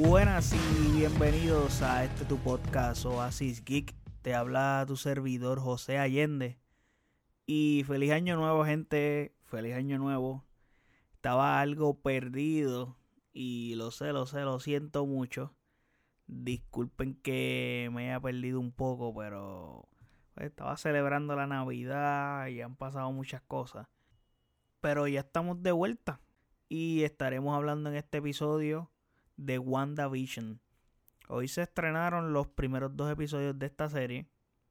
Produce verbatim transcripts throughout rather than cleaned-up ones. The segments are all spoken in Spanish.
Buenas y bienvenidos a este tu podcast Oasis Geek. Te habla tu servidor José Allende. Y feliz año nuevo, gente. Feliz año nuevo. Estaba algo perdido y lo sé, lo sé, lo siento mucho. Disculpen que me haya perdido un poco, pero pues, estaba celebrando la Navidad y han pasado muchas cosas. Pero ya estamos de vuelta y estaremos hablando en este episodio de WandaVision. Hoy se estrenaron los primeros dos episodios de esta serie.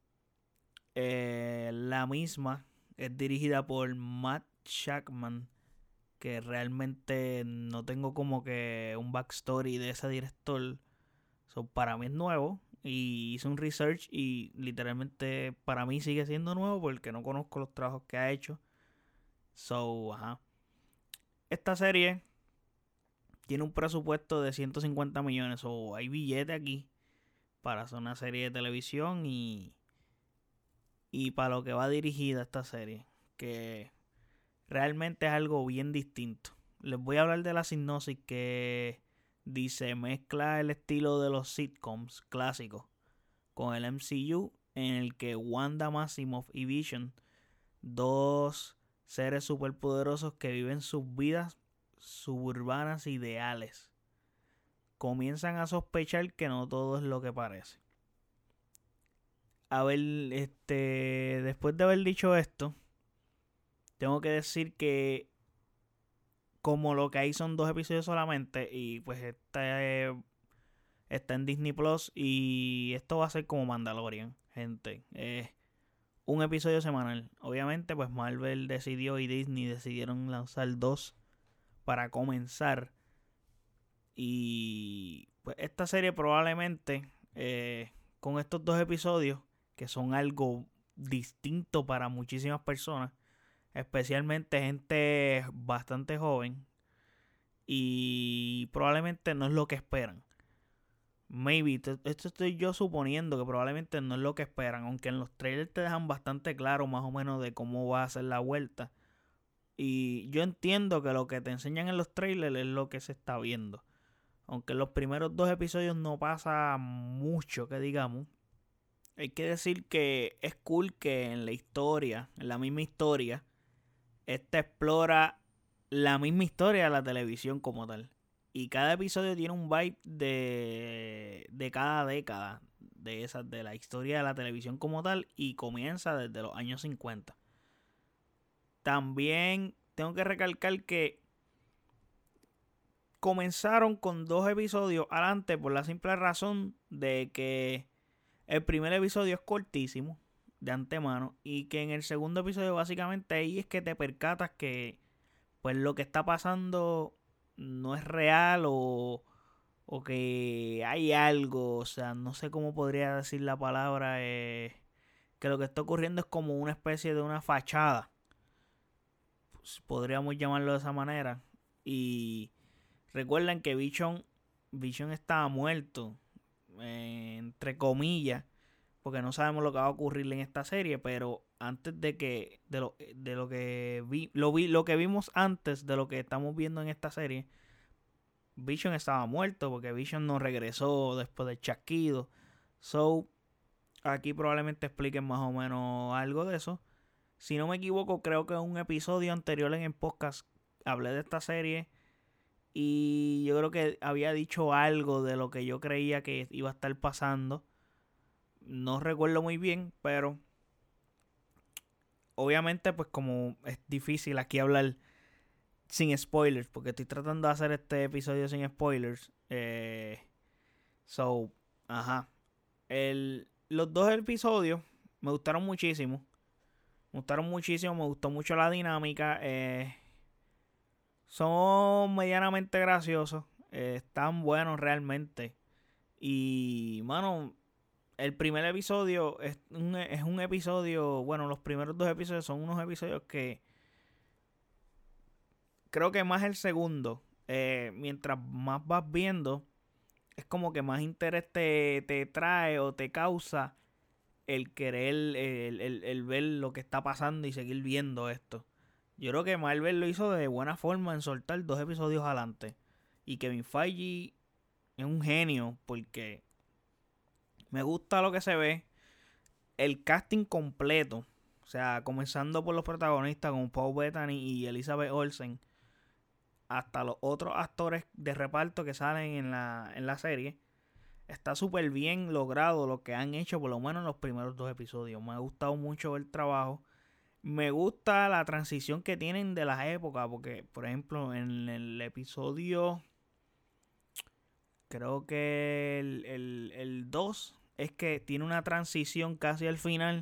Eh, la misma es dirigida por Matt Shakman, que realmente no tengo como que un backstory de ese director. So, para mí es nuevo y hice un research y literalmente para mí sigue siendo nuevo porque no conozco los trabajos que ha hecho. So, ajá. Esta serie tiene un presupuesto de ciento cincuenta millones, o hay billete aquí para hacer una serie de televisión y, y para lo que va dirigida esta serie, que realmente es algo bien distinto. Les voy a hablar de la sinopsis, que dice: mezcla el estilo de los sitcoms clásicos con el M C U, en el que Wanda Maximoff y Vision, dos seres superpoderosos que viven sus vidas suburbanas ideales, comienzan a sospechar que no todo es lo que parece. A ver, este, después de haber dicho esto, tengo que decir que como lo que hay son dos episodios solamente, y pues esta eh, está en Disney Plus, y esto va a ser como Mandalorian, gente. Eh, un episodio semanal. Obviamente, pues Marvel decidió y Disney decidieron lanzar dos para comenzar. Y pues esta serie probablemente, eh, con estos dos episodios, que son algo distinto para muchísimas personas, especialmente gente bastante joven, y probablemente no es lo que esperan. Maybe, esto estoy yo suponiendo que probablemente no es lo que esperan, aunque en los trailers te dejan bastante claro más o menos de cómo va a ser la vuelta. Y yo entiendo que lo que te enseñan en los trailers es lo que se está viendo. Aunque en los primeros dos episodios no pasa mucho, que digamos. Hay que decir que es cool que en la historia, en la misma historia, esta explora la misma historia de la televisión como tal. Y cada episodio tiene un vibe de, de cada década de esa, de la historia de la televisión como tal, y comienza desde los años cincuenta. También tengo que recalcar que comenzaron con dos episodios adelante por la simple razón de que el primer episodio es cortísimo de antemano, y que en el segundo episodio básicamente ahí es que te percatas que pues lo que está pasando no es real, o, o que hay algo, o sea, no sé cómo podría decir la palabra, eh, que lo que está ocurriendo es como una especie de una fachada, pues, podríamos llamarlo de esa manera. Y recuerden que Vision, Vision estaba muerto, eh, entre comillas, porque no sabemos lo que va a ocurrir en esta serie, pero antes de que de lo, de lo que vi, lo vi, lo que vimos antes de lo que estamos viendo en esta serie, Vision estaba muerto, porque Vision no regresó después del chasquido. So, aquí probablemente expliquen más o menos algo de eso. Si no me equivoco, creo que en un episodio anterior en el podcast hablé de esta serie, y yo creo que había dicho algo de lo que yo creía que iba a estar pasando. No recuerdo muy bien, pero obviamente pues como es difícil aquí hablar sin spoilers, porque estoy tratando de hacer este episodio sin spoilers. Eh, so, ajá. El, los dos episodios me gustaron muchísimo. Me gustaron muchísimo, me gustó mucho la dinámica. Eh, son medianamente graciosos. Eh, están buenos realmente. Y, mano, el primer episodio es un, es un episodio, bueno, los primeros dos episodios son unos episodios que creo que más el segundo, eh, mientras más vas viendo, es como que más interés te, te trae o te causa el querer, el, el, el ver lo que está pasando y seguir viendo esto. Yo creo que Marvel lo hizo de buena forma en soltar dos episodios adelante. Y Kevin Feige es un genio porque me gusta lo que se ve. El casting completo, o sea, comenzando por los protagonistas como Paul Bettany y Elizabeth Olsen, hasta los otros actores de reparto que salen en la, en la serie, está súper bien logrado lo que han hecho, por lo menos en los primeros dos episodios. Me ha gustado mucho el trabajo. Me gusta la transición que tienen de las épocas, porque, por ejemplo, en el episodio, creo que el, el, el dos, es que tiene una transición casi al final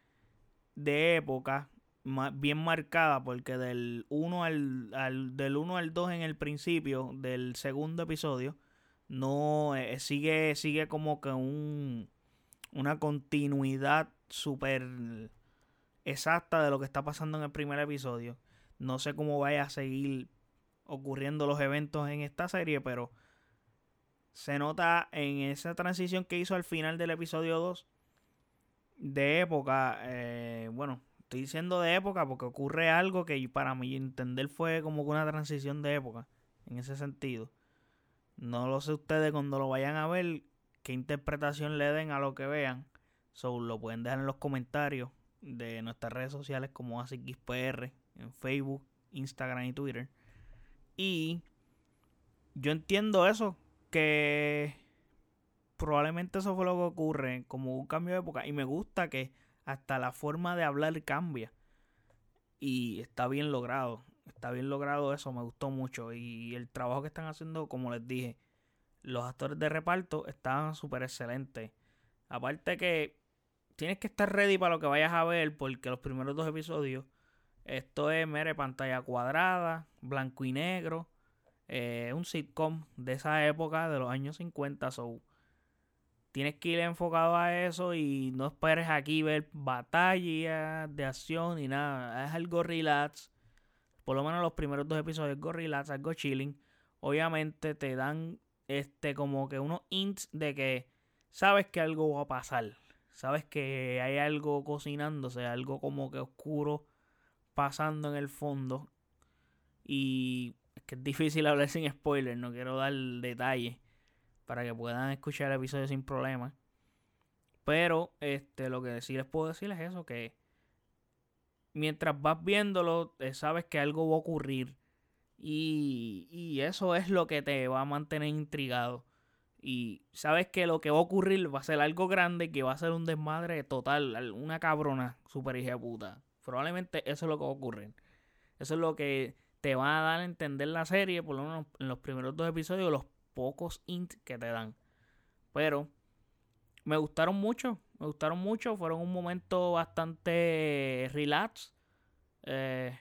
de época bien marcada, porque del uno al, al del uno al dos en el principio del segundo episodio no eh, sigue sigue como que un una continuidad súper exacta de lo que está pasando en el primer episodio. No sé cómo vaya a seguir ocurriendo los eventos en esta serie, pero se nota en esa transición que hizo al final del episodio dos de época. Eh, bueno, estoy diciendo de época porque ocurre algo que para mí entender fue como que una transición de época en ese sentido. No lo sé ustedes cuando lo vayan a ver qué interpretación le den a lo que vean. So, lo pueden dejar en los comentarios de nuestras redes sociales como AsicXPR en Facebook, Instagram y Twitter. Y yo entiendo eso, que probablemente eso fue lo que ocurre, como un cambio de época. Y me gusta que hasta la forma de hablar cambia. Y está bien logrado. Está bien logrado eso, me gustó mucho. Y el trabajo que están haciendo, como les dije, los actores de reparto estaban súper excelentes. Aparte que tienes que estar ready para lo que vayas a ver, porque los primeros dos episodios, esto es, mire, pantalla cuadrada, blanco y negro, eh, un sitcom de esa época, de los años cincuenta, so tienes que ir enfocado a eso y no esperes aquí ver batallas de acción ni nada. Es algo relax. Por lo menos los primeros dos episodios, algo relax, algo chilling. Obviamente te dan este como que unos hints de que sabes que algo va a pasar. Sabes que hay algo cocinándose, algo como que oscuro pasando en el fondo. Y es que es difícil hablar sin spoilers, no quiero dar detalles para que puedan escuchar el episodio sin problema. Pero este lo que sí les puedo decir es eso, que mientras vas viéndolo, eh, sabes que algo va a ocurrir. Y, y eso es lo que te va a mantener intrigado. Y sabes que lo que va a ocurrir va a ser algo grande, que va a ser un desmadre total, una cabrona super hija de puta. Probablemente eso es lo que va a ocurrir. Eso es lo que te va a dar a entender la serie, por lo menos en los primeros dos episodios, los pocos hints que te dan. Pero me gustaron mucho, me gustaron mucho, fueron un momento bastante relax. Eh,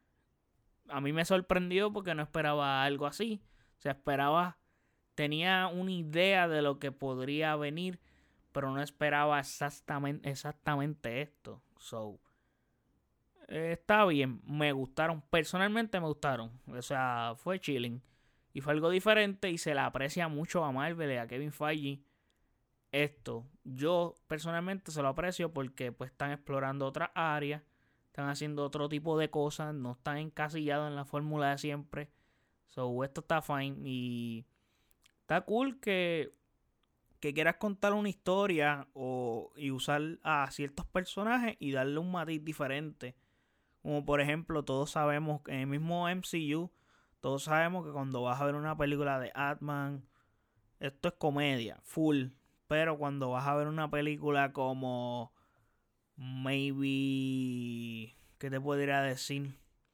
a mí me sorprendió porque no esperaba algo así. O sea, esperaba, tenía una idea de lo que podría venir, pero no esperaba exactamente, exactamente esto. So, eh, está bien, me gustaron, personalmente me gustaron. O sea, fue chilling. Y fue algo diferente y se le aprecia mucho a Marvel y a Kevin Feige esto. Yo personalmente se lo aprecio porque pues están explorando otras áreas, están haciendo otro tipo de cosas, no están encasillados en la fórmula de siempre. So, esto está fine y está cool que, que quieras contar una historia o, y usar a ciertos personajes y darle un matiz diferente. Como por ejemplo, todos sabemos que en el mismo M C U, todos sabemos que cuando vas a ver una película de Ant-Man, esto es comedia, full. Pero cuando vas a ver una película como maybe, ¿qué te podría decir?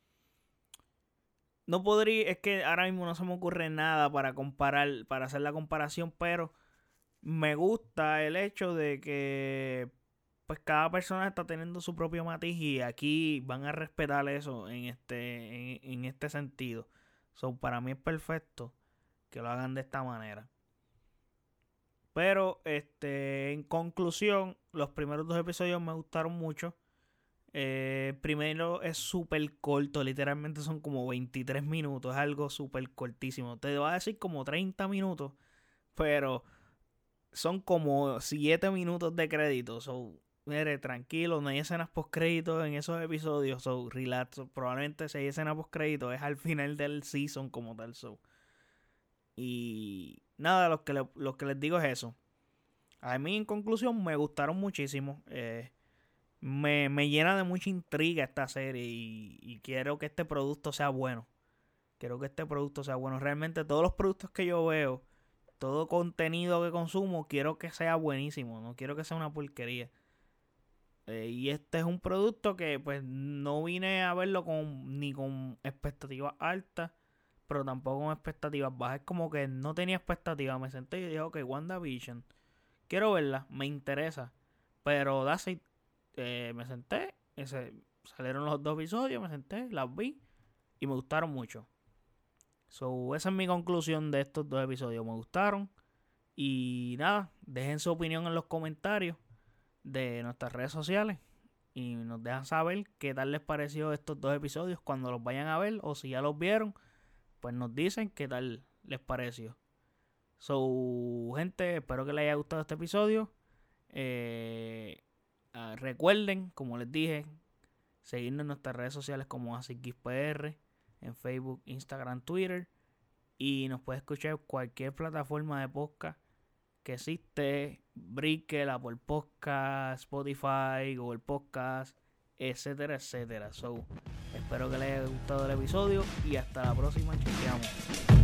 No podría, es que ahora mismo no se me ocurre nada para comparar, para hacer la comparación, pero me gusta el hecho de que pues cada persona está teniendo su propio matiz y aquí van a respetar eso en este, en, en este sentido. So, para mí es perfecto que lo hagan de esta manera. Pero, este, en conclusión, los primeros dos episodios me gustaron mucho. Eh, primero es súper corto, literalmente son como veintitrés minutos, es algo súper cortísimo. Te va a decir como treinta minutos, pero son como siete minutos de crédito. So, mire, tranquilo, no hay escenas post créditos en esos episodios. So, relax. So, probablemente si hay escenas post créditos es al final del season como tal. So. Y nada, lo que, le, lo que les digo es eso. A mí, en conclusión, me gustaron muchísimo. Eh, me, me llena de mucha intriga esta serie y, y quiero que este producto sea bueno. Quiero que este producto sea bueno. Realmente todos los productos que yo veo, todo contenido que consumo, quiero que sea buenísimo. No quiero que sea una porquería. Eh, y este es un producto que pues no vine a verlo con ni con expectativas altas, pero tampoco con expectativas bajas. Es como que no tenía expectativas. Me senté y dije, ok, WandaVision. Quiero verla, me interesa. Pero that's it. Eh, me senté, ese, salieron los dos episodios, me senté, las vi y me gustaron mucho. So, esa es mi conclusión de estos dos episodios. Me gustaron. Y nada, dejen su opinión en los comentarios de nuestras redes sociales. Y nos dejan saber qué tal les pareció estos dos episodios cuando los vayan a ver. O si ya los vieron, pues nos dicen qué tal les pareció. So, gente, espero que les haya gustado este episodio. Eh, uh, recuerden, como les dije, seguirnos en nuestras redes sociales como AsicGizPR, en Facebook, Instagram, Twitter. Y nos puede escuchar en cualquier plataforma de podcast que existe. Breaker, Apple Podcast, Spotify, Google Podcast, etcétera, etcétera. So, espero que les haya gustado el episodio y hasta la próxima. Chequeamos.